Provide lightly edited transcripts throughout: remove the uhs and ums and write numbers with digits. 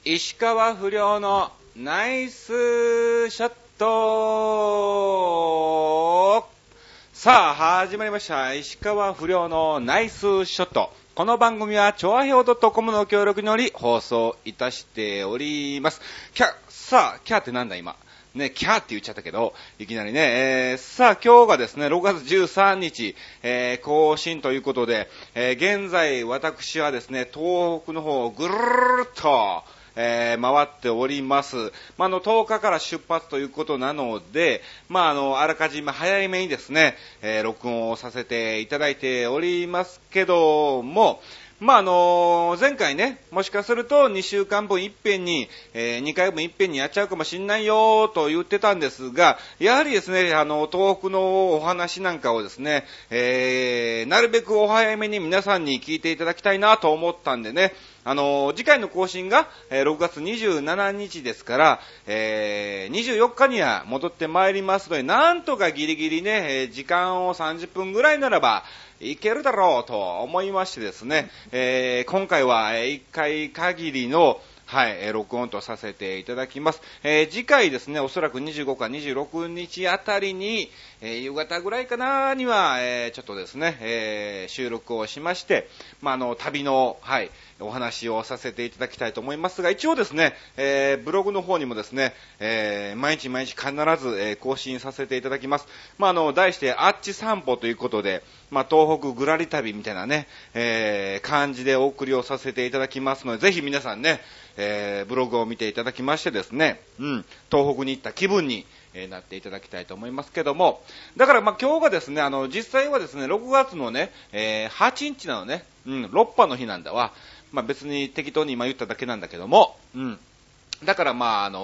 石川不良のナイスショット。さあ始まりました、石川不良のナイスショット。この番組はチョアヘオ .com の協力により放送いたしております。さあキャーってなんだ今ね、キャーって言っちゃったけど、いきなりね、さあ今日がですね、6月13日、更新ということで、現在私はですね、東北の方をぐるーっと、回っております。10日から出発ということなので、あらかじめ早めにですね、録音をさせていただいておりますけども、前回ね、もしかすると2週間分いっぺんに、2回分いっぺんにやっちゃうかもしんないよと言ってたんですが、やはりですね、東北のお話なんかをですね、なるべくお早めに皆さんに聞いていただきたいなと思ったんでね、次回の更新が、6月27日ですから、24日には戻ってまいりますので、なんとかギリギリね、時間を30分ぐらいならば、いけるだろうと思いましてですね、今回は1回限りの録音とさせていただきます。次回ですね、おそらく25か26日あたりに、夕方ぐらいかなには、ちょっとですね、収録をしまして、旅の、お話をさせていただきたいと思いますが、一応ですね、ブログの方にもですね、毎日必ず、更新させていただきます。題してあっち散歩ということで、東北ぐらり旅みたいなね、感じでお送りをさせていただきますので、ぜひ皆さんね、ブログを見ていただきましてですね、東北に行った気分に、なっていただきたいと思いますけども、だから今日がですね、実際はですね、6月のね、8日なのね、6波の日なんだわ。別に適当に今言っただけなんだけども、だから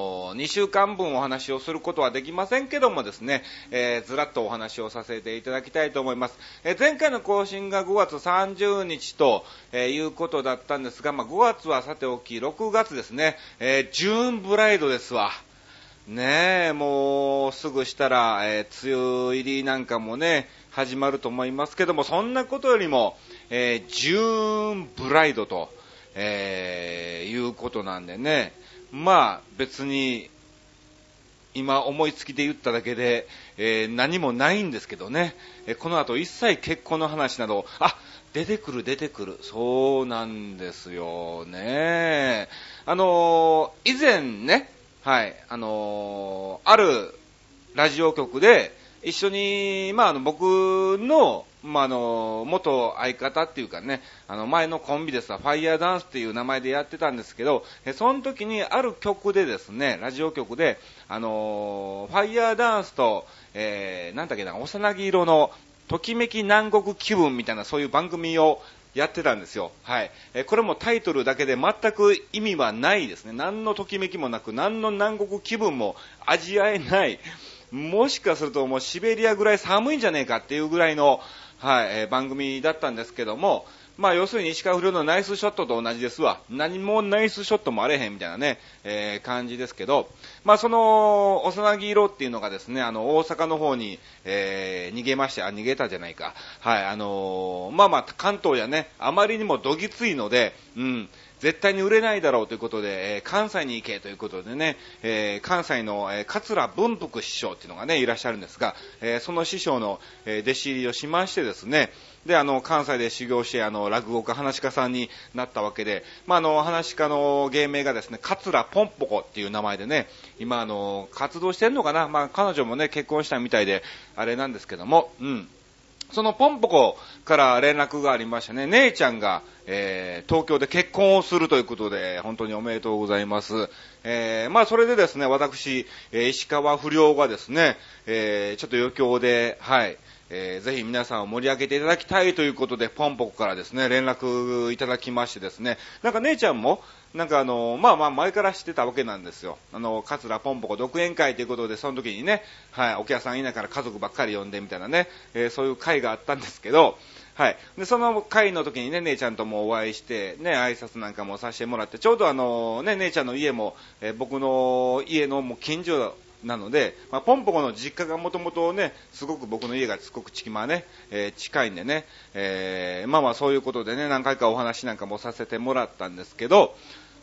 2週間分お話をすることはできませんけどもですね、ずらっとお話をさせていただきたいと思います。前回の更新が5月30日と、いうことだったんですが、5月はさておき、6月ですね、ジューンブライドですわ。ねえ、もうすぐしたら、梅雨入りなんかもね、始まると思いますけども、そんなことよりも、ジューンブライドと、いうことなんでね、別に今思いつきで言っただけで、何もないんですけどね、この後一切結婚の話など出てくるそうなんですよね。以前ね、あるラジオ局で一緒に僕の元相方っていうかね、前のコンビですが、ファイヤーダンスっていう名前でやってたんですけど、その時にある曲でですね、ラジオ局で、ファイヤーダンスと、なんだっけな、幼木色のときめき南国気分みたいな、そういう番組をやってたんですよ。これもタイトルだけで全く意味はないですね。何のときめきもなく、何の南国気分も味わえない。もしかするともうシベリアぐらい寒いんじゃねえかっていうぐらいの、番組だったんですけども、要するに石川不良のナイスショットと同じですわ。何もナイスショットもあれへんみたいなね、感じですけど、その幼木色っていうのがですね、大阪の方に、逃げまして、逃げたじゃないか。関東やね、あまりにもどぎついので、絶対に売れないだろうということで、関西に行けということでね、関西の、桂文福師匠っていうのがね、いらっしゃるんですが、その師匠の、弟子入りをしましてですね、で、関西で修行して、落語家、話家さんになったわけで、話家の芸名がですね、桂ポンポコっていう名前でね、今、活動してんのかな。彼女もね、結婚したみたいで、あれなんですけども、そのポンポコから連絡がありましたね。姉ちゃんが、東京で結婚をするということで、本当におめでとうございます。それでですね、私、石川不良がですね、ちょっと余興で、ぜひ皆さんを盛り上げていただきたいということで、ポンポコからですね、連絡いただきましてですね、なんか姉ちゃんも、なんか前から知ってたわけなんですよ。桂ポンポコ独演会ということで、その時にね、お客さんいないから家族ばっかり呼んでみたいなね、そういう会があったんですけど、で、その会の時にね、姉ちゃんともお会いして、ね、挨拶なんかもさせてもらって、ちょうど姉ちゃんの家も、僕の家のもう近所なので、ポンポコの実家がもともとね、すごく僕の家がすごく近いんでね、そういうことでね、何回かお話なんかもさせてもらったんですけど、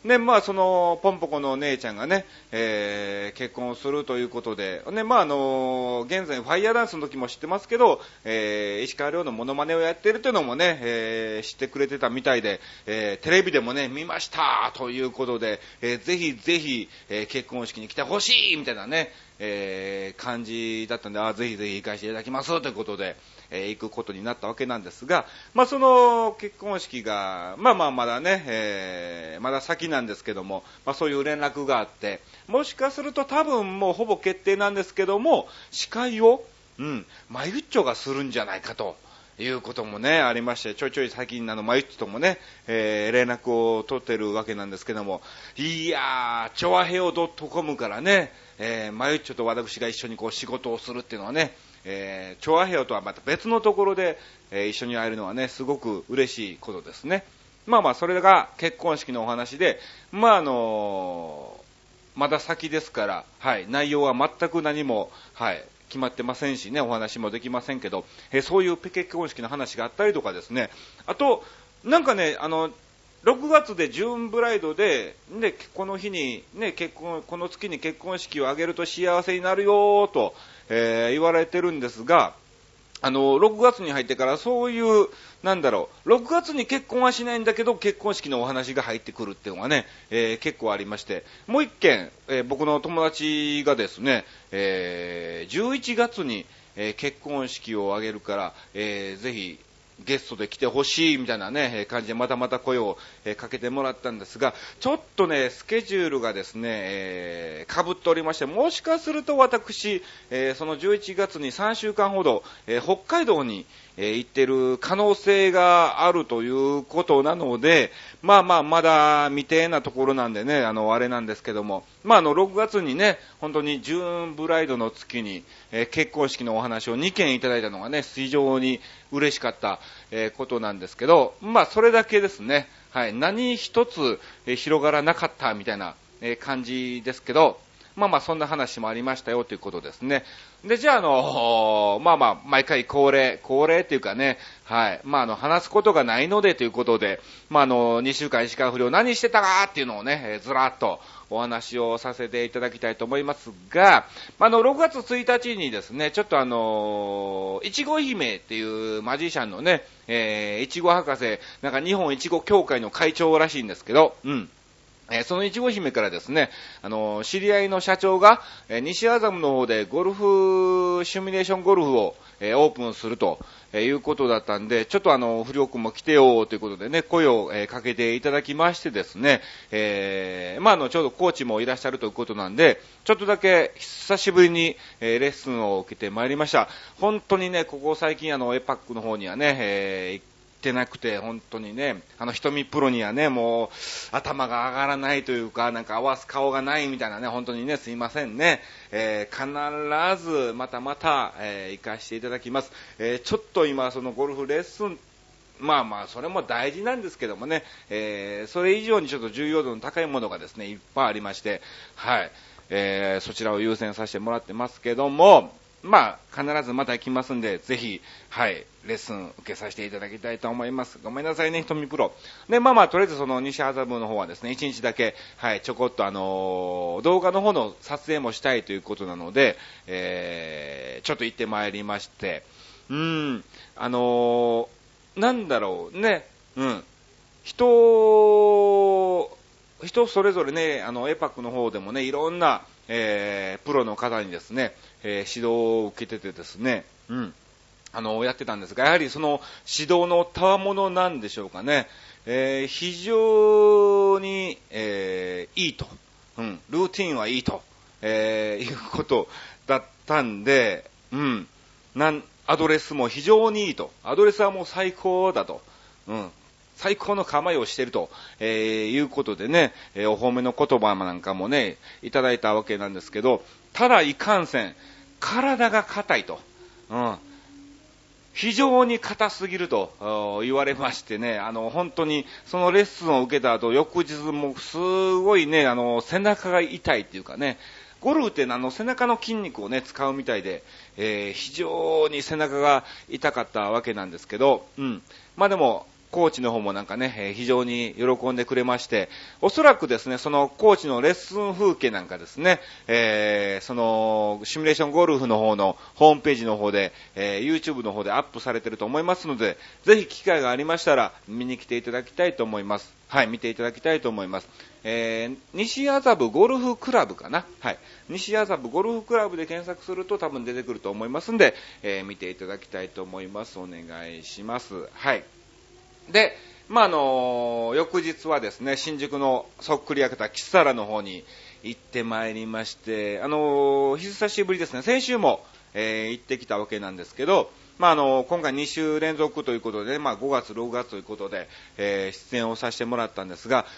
で、まあ、その、ポンポコの姉ちゃんがね、結婚するということで、ね、まあ、現在、ファイヤーダンスの時も知ってますけど、石川遼のモノマネをやってるというのもね、知ってくれてたみたいで、テレビでもね、見ましたということで、ぜひぜひ、結婚式に来てほしいみたいなね、感じだったんで、ぜひぜひ行かせていただきますということで、行くことになったわけなんですが、まあ、その結婚式が、まだね、まだ先なんですけども、まあ、そういう連絡があって、もしかすると多分もうほぼ決定なんですけども、司会を、マユッチョがするんじゃないかと。いうこともね、ありまして、ちょいちょい最近マユッチともね、連絡を取ってるわけなんですけども、いやー、チョアヘオ .com からね、マユッチョと私が一緒にこう仕事をするっていうのはね、チョアヘオとはまた別のところで、一緒に会えるのはね、すごく嬉しいことですね。それが結婚式のお話で、まだ先ですから、はい、内容は全く何も、はい、決まってませんしね、お話もできませんけど、そういう結婚式の話があったりとかですね、あと、なんかね、6月でジューンブライドで、この日に、ね、この月に結婚式を挙げると幸せになるよと、言われてるんですが、6月に入ってからそういう、6月に結婚はしないんだけど、結婚式のお話が入ってくるっていうのがね、結構ありまして、もう一件、僕の友達がですね、11月に、結婚式を挙げるから、ぜひ、ゲストで来てほしいみたいなね、感じでまたまた声をかけてもらったんですが、ちょっとね、スケジュールがですね、被っておりまして、もしかすると私、その11月に3週間ほど、北海道に、行ってる可能性があるということなので、まだ未定なところなんでね、あれなんですけども、6月にね、本当にジューンブライドの月に、結婚式のお話を2件いただいたのがね、非常に嬉しかった、ことなんですけど、それだけですね、はい、何一つ、広がらなかったみたいな、感じですけど、そんな話もありましたよということですね。で、じゃあ、毎回恒例っていうかね、はい、話すことがないのでということで、2週間石川不良何してたかっていうのをね、ずらっとお話をさせていただきたいと思いますが、6月1日にですね、ちょっといちご姫っていうマジシャンのね、いちご博士、日本いちご協会の会長らしいんですけど、そのいちご姫からですね、知り合いの社長が、西麻布の方でシミュレーションゴルフを、オープンするということだったんで、ちょっと不良くんも来てよということでね、声を、かけていただきましてですね、ちょうどコーチもいらっしゃるということなんで、ちょっとだけ久しぶりに、レッスンを受けてまいりました。本当にね、ここ最近エパックの方にはね、行ってなくて、本当にね、瞳プロにはね、もう、頭が上がらないというか、合わす顔がないみたいなね、本当にね、すいませんね。必ず、また、行かせていただきます。ちょっと今、そのゴルフレッスン、それも大事なんですけどもね、それ以上にちょっと重要度の高いものがですね、いっぱいありまして、はい、そちらを優先させてもらってますけども、必ずまた行きますんで、ぜひ、はい、レッスン受けさせていただきたいと思います。ごめんなさいね、瞳プロ。で、とりあえずその西麻布の方はですね、1日だけ、はい、ちょこっと動画の方の撮影もしたいということなので、ちょっと行ってまいりまして、人それぞれね、エパックの方でもね、いろんな、プロの方にですね、指導を受けててですね、やってたんですが、やはりその指導の賜物なんでしょうかね、非常に、いいと、ルーティンはいいと、いうことだったんで、アドレスも非常にいいと、アドレスはもう最高だと、最高の構えをしていると、いうことでね、お褒めの言葉なんかもね、いただいたわけなんですけど、ただいかんせん、体が硬いと、非常に硬すぎると言われましてね、本当にそのレッスンを受けた後、翌日もすごいね、背中が痛いっていうかね、ゴルフって背中の筋肉をね、使うみたいで、非常に背中が痛かったわけなんですけど、でも、 コーチの方もなんかね、非常に喜んでくれまして、おそらくですね、そのコーチのレッスン風景なんかですね、そのシミュレーションゴルフの方のホームページの方で、YouTube の方でアップされていると思いますので、ぜひ機会がありましたら見に来ていただきたいと思います。はい、見ていただきたいと思います。西麻布ゴルフクラブかな。はい。西麻布ゴルフクラブで検索すると多分出てくると思いますんで、見ていただきたいと思います。お願いします。はい。で、翌日はですね、新宿のそっくり焼けたキサラの方に行ってまいりまして、久しぶりですね、先週も、行ってきたわけなんですけど、今回2週連続ということで、5月、6月ということで、出演をさせてもらったんですが、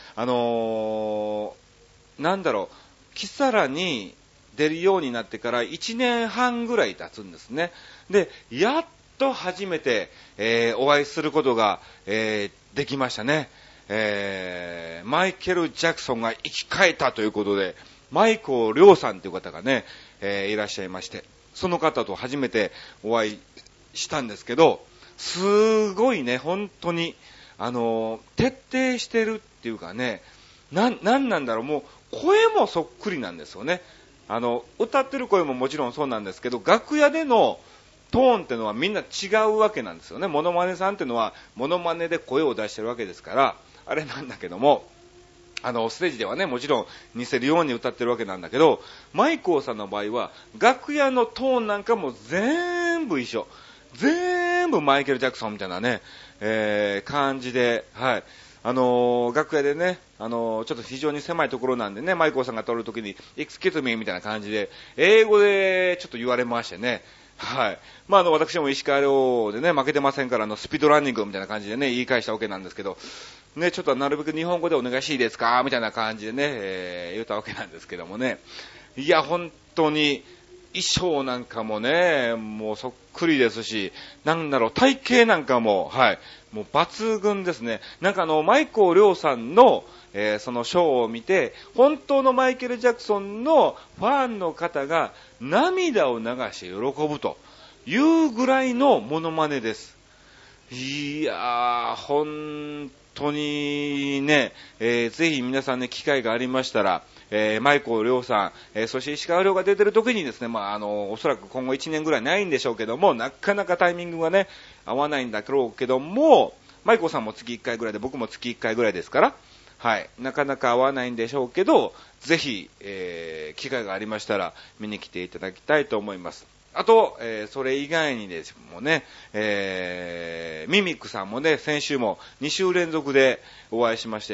キサラに出るようになってから1年半ぐらい経つんですね。で、やっと初めて、お会いすることが、できましたね。マイケル・ジャクソンが生き返ったということで、マイコー・リョウさんという方がね、いらっしゃいまして、その方と初めてお会いしたんですけど、すごいね、本当に、徹底してるっていうかね、なんだろう、もう、声もそっくりなんですよね。歌ってる声ももちろんそうなんですけど、楽屋でのトーンってのはみんな違うわけなんですよね。モノマネさんってのは、モノマネで声を出してるわけですから、あれなんだけども、ステージではね、もちろん似せるように歌ってるわけなんだけど、マイコーさんの場合は、楽屋のトーンなんかも全部一緒。全部マイケル・ジャクソンみたいなね、感じで、はい。楽屋でね、ちょっと非常に狭いところなんでね、マイコーさんが撮るときに、excuse me みたいな感じで、英語でちょっと言われましてね、はい。私も石川遼でね、負けてませんから、スピードランニングみたいな感じでね、言い返したわけなんですけど、ね、ちょっとなるべく日本語でお願いしいですかみたいな感じでね、言ったわけなんですけどもね。いや、本当に、衣装なんかもね、もうそっくりですし、体型なんかも、はい、もう抜群ですね。マイコー・リョウさんの、そのショーを見て、本当のマイケル・ジャクソンのファンの方が涙を流して喜ぶというぐらいのモノマネです。いやー、本当にね、ぜひ皆さんね、機会がありましたら、マイコー・リョウさん、そして石川遼が出てる時にですね、おそらく今後1年ぐらいないんでしょうけども、なかなかタイミングがね、合わないんだろうけども、マイコーさんも月1回ぐらいで、僕も月1回ぐらいですから、はい、なかなか合わないんでしょうけど、ぜひ、機会がありましたら見に来ていただきたいと思います。あと、それ以外にですもね、ミミックさんもね、先週も2週連続でお会いしまして、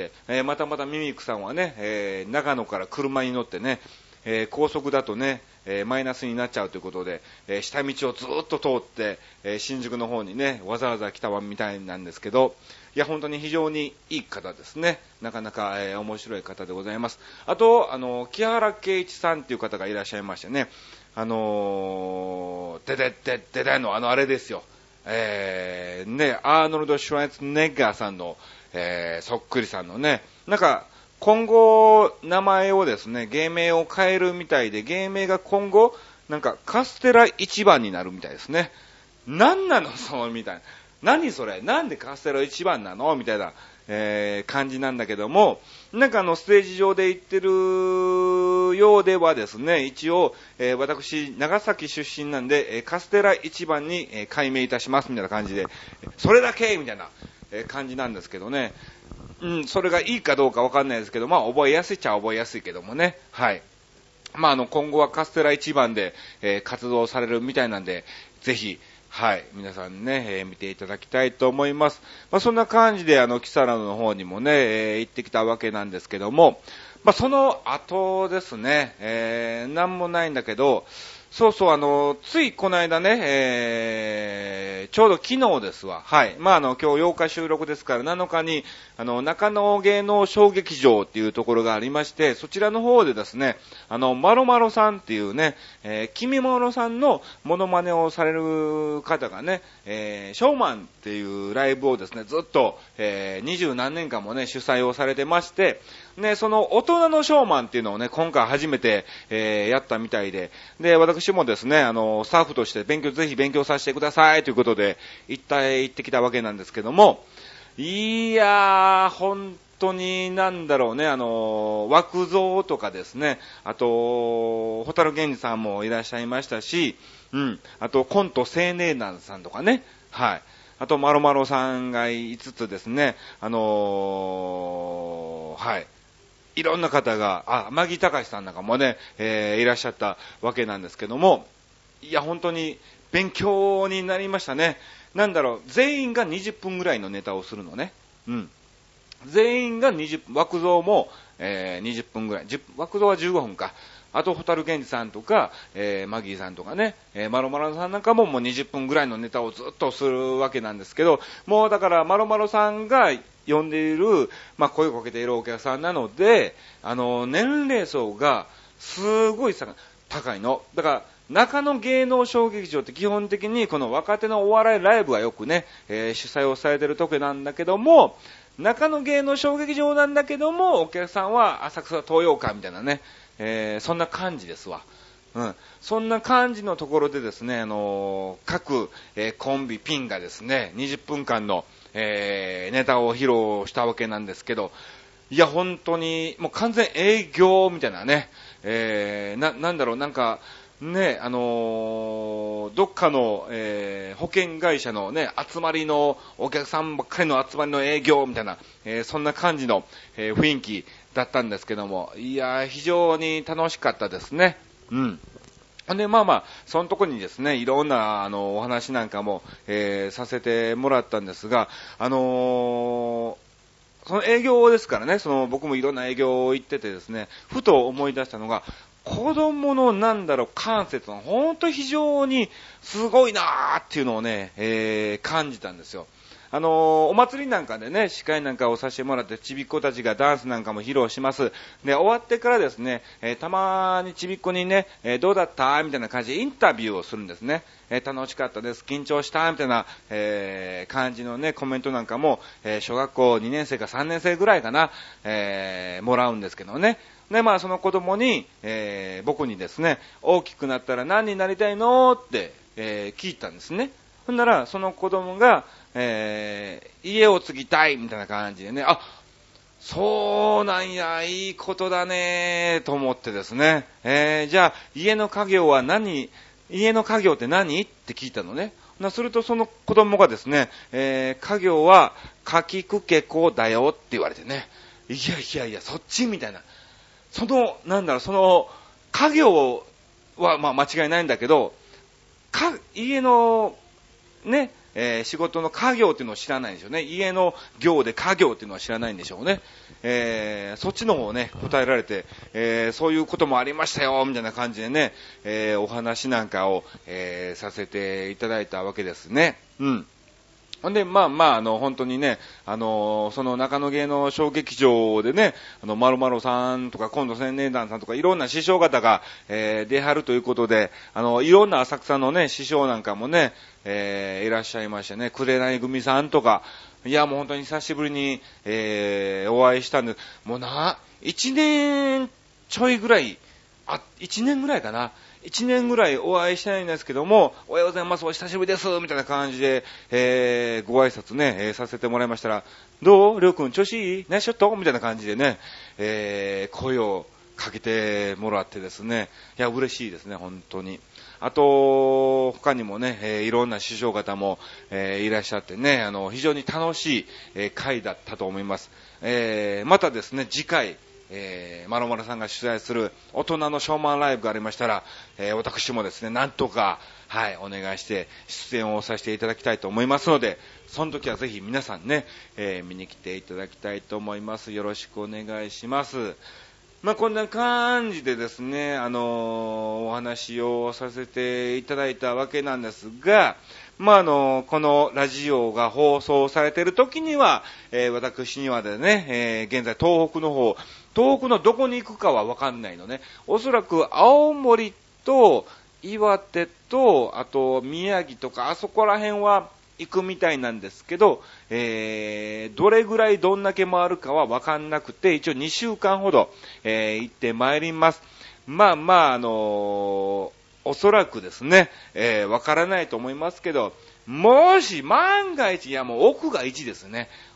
またまたミミックさんはね、長野から車に乗ってね、高速だとね、マイナスになっちゃうということで、下道をずっと通って、新宿の方にね、わざわざ来たみたいなんですけど、いや、本当に非常にいい方ですね。なかなか、面白い方でございます。あと、木原圭一さんっていう方がいらっしゃいましてね、でのあれですよ。ね、アーノルド・シュワイツネッガーさんの、そっくりさんのね、今後、名前をですね、芸名を変えるみたいで、芸名が今後、カステラ一番になるみたいですね。なんなのみたいな。何それなんでカステラ一番なのみたいな、感じなんだけども、ステージ上で言ってるようではですね、一応、私、長崎出身なんで、カステラ一番に、改名いたしますみたいな感じで、それだけみたいな、感じなんですけどね。それがいいかどうかわかんないですけど、覚えやすいっちゃ覚えやすいけどもね。はい。今後はカステラ一番で、活動されるみたいなんで、ぜひ、はい、皆さんね、見ていただきたいと思います。そんな感じで、キサラの方にもね、行ってきたわけなんですけども、その後ですね、なんもないんだけど、そうそう、ついこの間ね、ちょうど昨日ですわ。はい。今日8日収録ですから7日に、中野芸能小劇場っていうところがありまして、そちらの方でですね、マロマロさんっていうね、君もろさんのモノマネをされる方がね、ショーマンっていうライブをですね、ずっと、20何年間もね、主催をされてまして、ね、その大人のショーマンっていうのをね、今回初めて、やったみたいで、で、私もですね、スタッフとしてぜひ勉強させてくださいということで、行ってきたわけなんですけども、 いやー、本当になんだろうね、枠蔵とかですね、あと、ホタル源氏さんもいらっしゃいましたし、あと、コント青年団さんとかね、はい。あと、マロマロさんがいつつですね、はい。いろんな方が、マギタカシさんなんかもね、いらっしゃったわけなんですけども、いや、本当に勉強になりましたね。なんだろう、全員が20分ぐらいのネタをするのね。全員が20分、枠蔵も、20分ぐらい。枠蔵は15分か。あと、ホタルケンジさんとか、マギーさんとかね、マロマロさんなんかももう20分ぐらいのネタをずっとするわけなんですけど、もうだからマロマロさんが呼んでいる、声をかけているお客さんなので、年齢層がすごい高いの。だから、中野芸能小劇場って基本的にこの若手のお笑いライブがよくね、主催をされている時なんだけども、中野芸能小劇場なんだけども、お客さんは浅草東洋館みたいなね、そんな感じですわ。そんな感じのところでですね、各、コンビピンがですね、20分間の、ネタを披露したわけなんですけど、いや、本当に、もう完全営業みたいなね、なんだろう、なんか、ね、どっかの、保険会社のね、集まりの、お客さんばっかりの集まりの営業みたいな、そんな感じの、雰囲気だったんですけども、いや、非常に楽しかったですね。で、そのとこにですね、いろんな、お話なんかも、させてもらったんですが、その営業ですからね、僕もいろんな営業を行っててですね、ふと思い出したのが、子供の感性というのは本当に非常にすごいなーっていうのをね、感じたんですよ。お祭りなんかでね、司会なんかをさせてもらって、ちびっ子たちがダンスなんかも披露します。で、終わってからですね、たまにちびっ子にね、どうだったみたいな感じでインタビューをするんですね。楽しかったです。緊張したみたいな、感じのね、コメントなんかも、小学校2年生か3年生ぐらいかな、もらうんですけどね。で、その子供に、僕にですね、大きくなったら何になりたいのって、聞いたんですね。ほんなら、その子供が、家を継ぎたいみたいな感じでね、そうなんや、いいことだねと思ってですね、じゃあ、家の家業って何って聞いたのね。するとその子供がですね、家業は、かきくけこだよって言われてね、いや、そっちみたいな。その、家業は、間違いないんだけど、家の、ね、仕事の家業っていうのを知らないんでしょうね。家の業で家業っていうのは知らないんでしょうね。そっちの方をね、答えられて、そういうこともありましたよ、みたいな感じでね、お話なんかを、させていただいたわけですね。ほんで、本当にね、その中野芸能小劇場でね、マロマロさんとか、今度青年団さんとか、いろんな師匠方が、出はるということで、いろんな浅草のね、師匠なんかもね、いらっしゃいましてね、紅組さんとか、いや、もう本当に久しぶりに、お会いしたんで、もう1年ちょいぐらい、1年ぐらいかな。1年ぐらいお会いしてないんですけども、おはようございます、お久しぶりです、みたいな感じで、ご挨拶ね、させてもらいましたら、どうりょうくん調子いいナイスショットみたいな感じでね、声をかけてもらってですね、いや、嬉しいですね、本当に。あと、他にもね、いろんな師匠方も、いらっしゃってね、非常に楽しい、会だったと思います。またですね、次回、マロマロさんが主催する大人のショーマンライブがありましたら、私もですね、なんとか、お願いして出演をさせていただきたいと思いますので、その時はぜひ皆さんね、見に来ていただきたいと思います。よろしくお願いします。こんな感じでですね、お話をさせていただいたわけなんですが、このラジオが放送されている時には、私にはでね、現在東北のどこに行くかはわかんないのね。おそらく青森と岩手と、あと宮城とか、あそこら辺は行くみたいなんですけど、どれぐらいどんだけ回るかはわかんなくて、一応2週間ほど、行ってまいります。おそらくですね、わからないと思いますけど、もし万が一、いやもう奥が1ですね。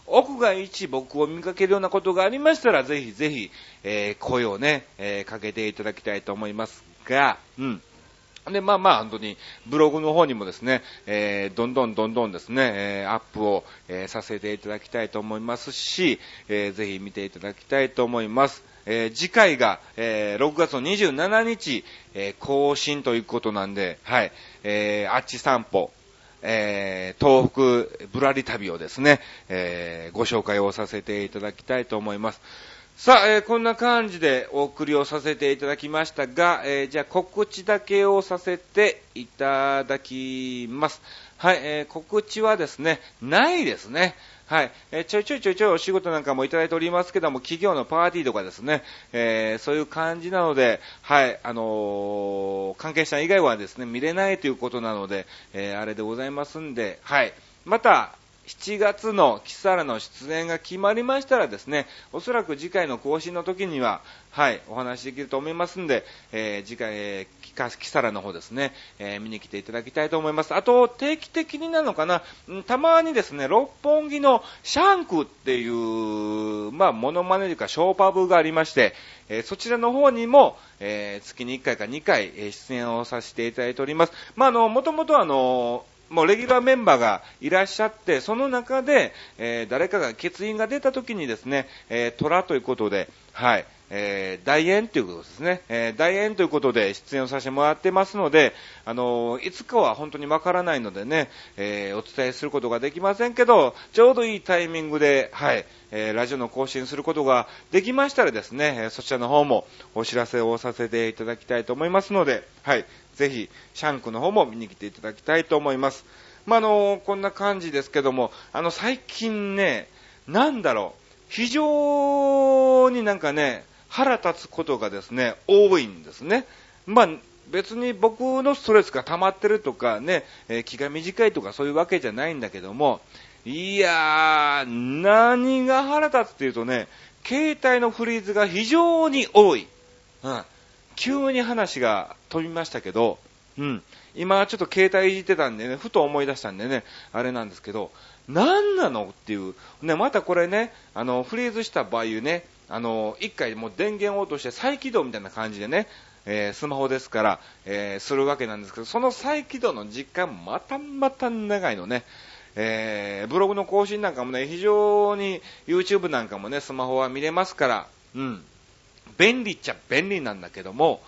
屋外一僕を見かけるようなことがありましたら、ぜひぜひ、声をね、かけていただきたいと思いますが、で、本当に、ブログの方にもですね、どんどんですね、アップを、させていただきたいと思いますし、ぜひ見ていただきたいと思います。次回が、6月の27日、更新ということなんで、はい、あっち散歩、東北ぶらり旅をですね、ご紹介をさせていただきたいと思います。さあ、こんな感じでお送りをさせていただきましたが、じゃあ告知だけをさせていただきます。はい、告知はですね、ないですね。はい、ちょいお仕事なんかもいただいておりますけども、企業のパーティーとかですね、そういう感じなので、はい、関係者以外はですね、見れないということなので、あれでございますんで、はい、また、7月のキサラの出演が決まりましたらですね、おそらく次回の更新の時には、はい、お話しできると思いますんで、次回、キサラの方ですね、見に来ていただきたいと思います。あと、定期的になのかな、たまにですね、六本木のシャンクっていう、モノマネというか、ショーパブがありまして、そちらの方にも、月に1回か2回、出演をさせていただいております。もともともうレギュラーメンバーがいらっしゃって、その中で、誰かが欠員が出た時にですね、虎ということで、はい、大演ということですね、大演ということで出演をさせてもらってますので、いつかは本当にわからないのでね、お伝えすることができませんけど、ちょうどいいタイミングで、はい、ラジオの更新することができましたらですね、そちらの方もお知らせをさせていただきたいと思いますので、はい、ぜひ、シャンクの方も見に来ていただきたいと思います。こんな感じですけども、最近ね、非常になんかね、腹立つことがですね、多いんですね。別に僕のストレスが溜まってるとかね、気が短いとかそういうわけじゃないんだけども、いやー、何が腹立つっていうとね、携帯のフリーズが非常に多い。急に話が飛びましたけど、今ちょっと携帯いじってたんでね、ふと思い出したんでね、あれなんですけど、何なのっていう、ね、またこれね、フリーズした場合ね、一回もう電源を落として再起動みたいな感じでね、スマホですから、するわけなんですけど、その再起動の時間また長いのね。ブログの更新なんかもね、非常に YouTube なんかもね、スマホは見れますから、便利っちゃ便利なんだけども、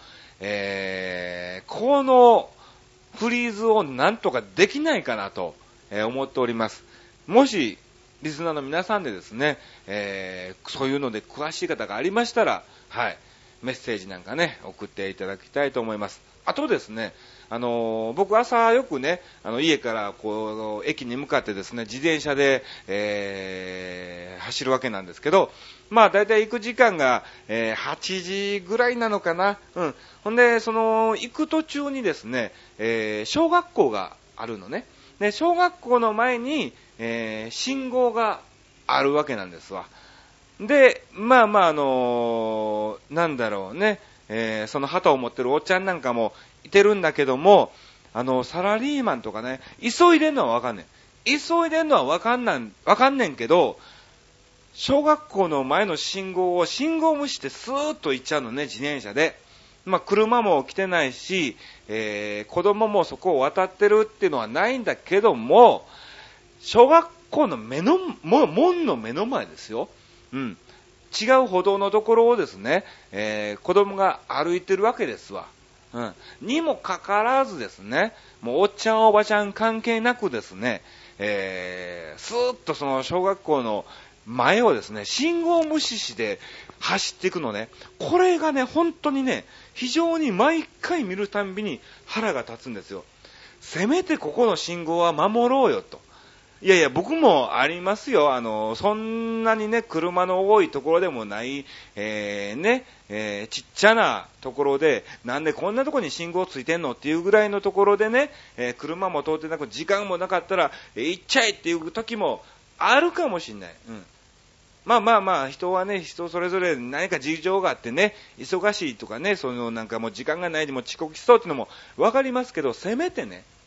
このフリーズをなんとかできないかなと、思っております。もし、リスナーの皆さんでですね、そういうので詳しい方がありましたら、はい、メッセージなんかね、送っていただきたいと思います。あとですね、僕朝よくね、家からこう、駅に向かってですね、自転車で、走るわけなんですけど、だいたい行く時間が、8時ぐらいなのかな。ほんで、行く途中にですね、小学校があるのね。で、小学校の前に、信号があるわけなんですわ。で、なんだろうね、その旗を持ってるおっちゃんなんかもいてるんだけども、サラリーマンとかね、急いでんのはわかんねん。急いでんのはわかんねんけど、小学校の前の信号を信号無視してスーッと行っちゃうのね、自転車で。車も来てないし、子供もそこを渡ってるっていうのはないんだけども、小学校の門の目の前ですよ。違う歩道のところをですね、子供が歩いてるわけですわ。にもかかわらずですね、もうおっちゃんおばちゃん関係なくですね、スーッとその小学校の前をですね、信号無視して走っていくのね。これがね、本当にね、非常に毎回見るたんびに腹が立つんですよ。せめてここの信号は守ろうよと。いや、僕もありますよ。そんなにね、車の多いところでもない、ちっちゃなところで、なんでこんなところに信号ついてんのっていうぐらいのところでね、車も通ってなく、時間もなかったら、行っちゃえっていう時もあるかもしれない。人はね、人それぞれ何か事情があってね、忙しいとかね、なんかもう時間がないでも遅刻しそうっていうのもわかりますけど、せめてね、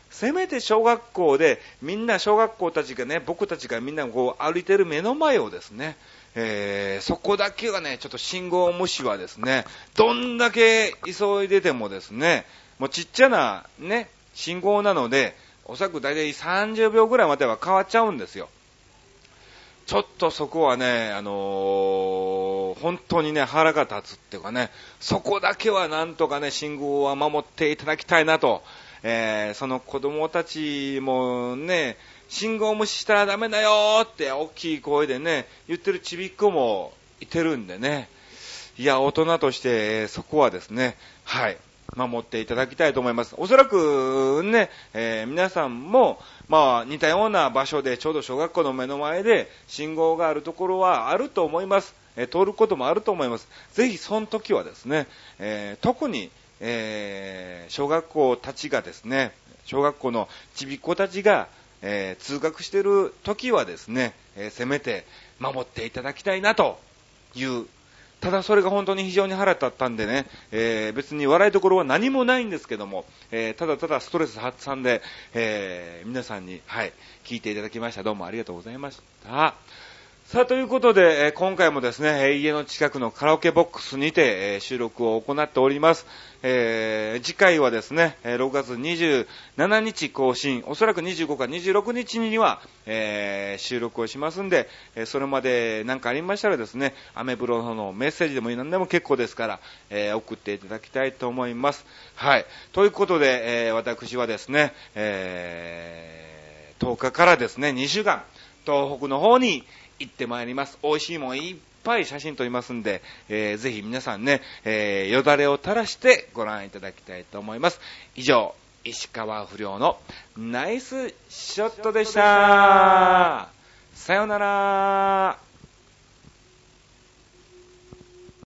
せめて小学校でみんな小学校たちがね、僕たちがみんなこう歩いてる目の前をですね、そこだけはね、ちょっと信号無視はですね、どんだけ急いでてもですね、もうちっちゃなね、信号なので、おそらく大体30秒ぐらい待てば変わっちゃうんですよ。ちょっとそこはね、本当にね、腹が立つっていうかね、そこだけはなんとかね、信号は守っていただきたいなと、その子供たちもね、信号無視したらダメだよーって大きい声でね、言ってるちびっ子もいてるんでね、いや、大人としてそこはですね、はい、守っていただきたいと思います。おそらくね、皆さんも、似たような場所でちょうど小学校の目の前で信号があるところはあると思います。通ることもあると思います。ぜひその時はですね、特に、小学校たちがですね、小学校のちびっ子たちが、通学している時はですね、せめて守っていただきたいなという、ただそれが本当に非常に腹立ったんでね、別に笑いどころは何もないんですけども、ただただストレス発散で、皆さんに、はい、聞いていただきました。どうもありがとうございました。さあ、ということで、今回もですね、家の近くのカラオケボックスにて、収録を行っております。次回はですね、6月27日更新、おそらく25か26日には、収録をしますんで、それまで何かありましたらですね、アメブロのメッセージでも何でも結構ですから、送っていただきたいと思います。はい。ということで、私はですね、10日からですね、2週間、東北の方に行ってまいります。美味しいもんいっぱい写真撮りますんで、ぜひ皆さんね、よだれを垂らしてご覧いただきたいと思います。以上、石川不良のナイスショットでした。さようなら。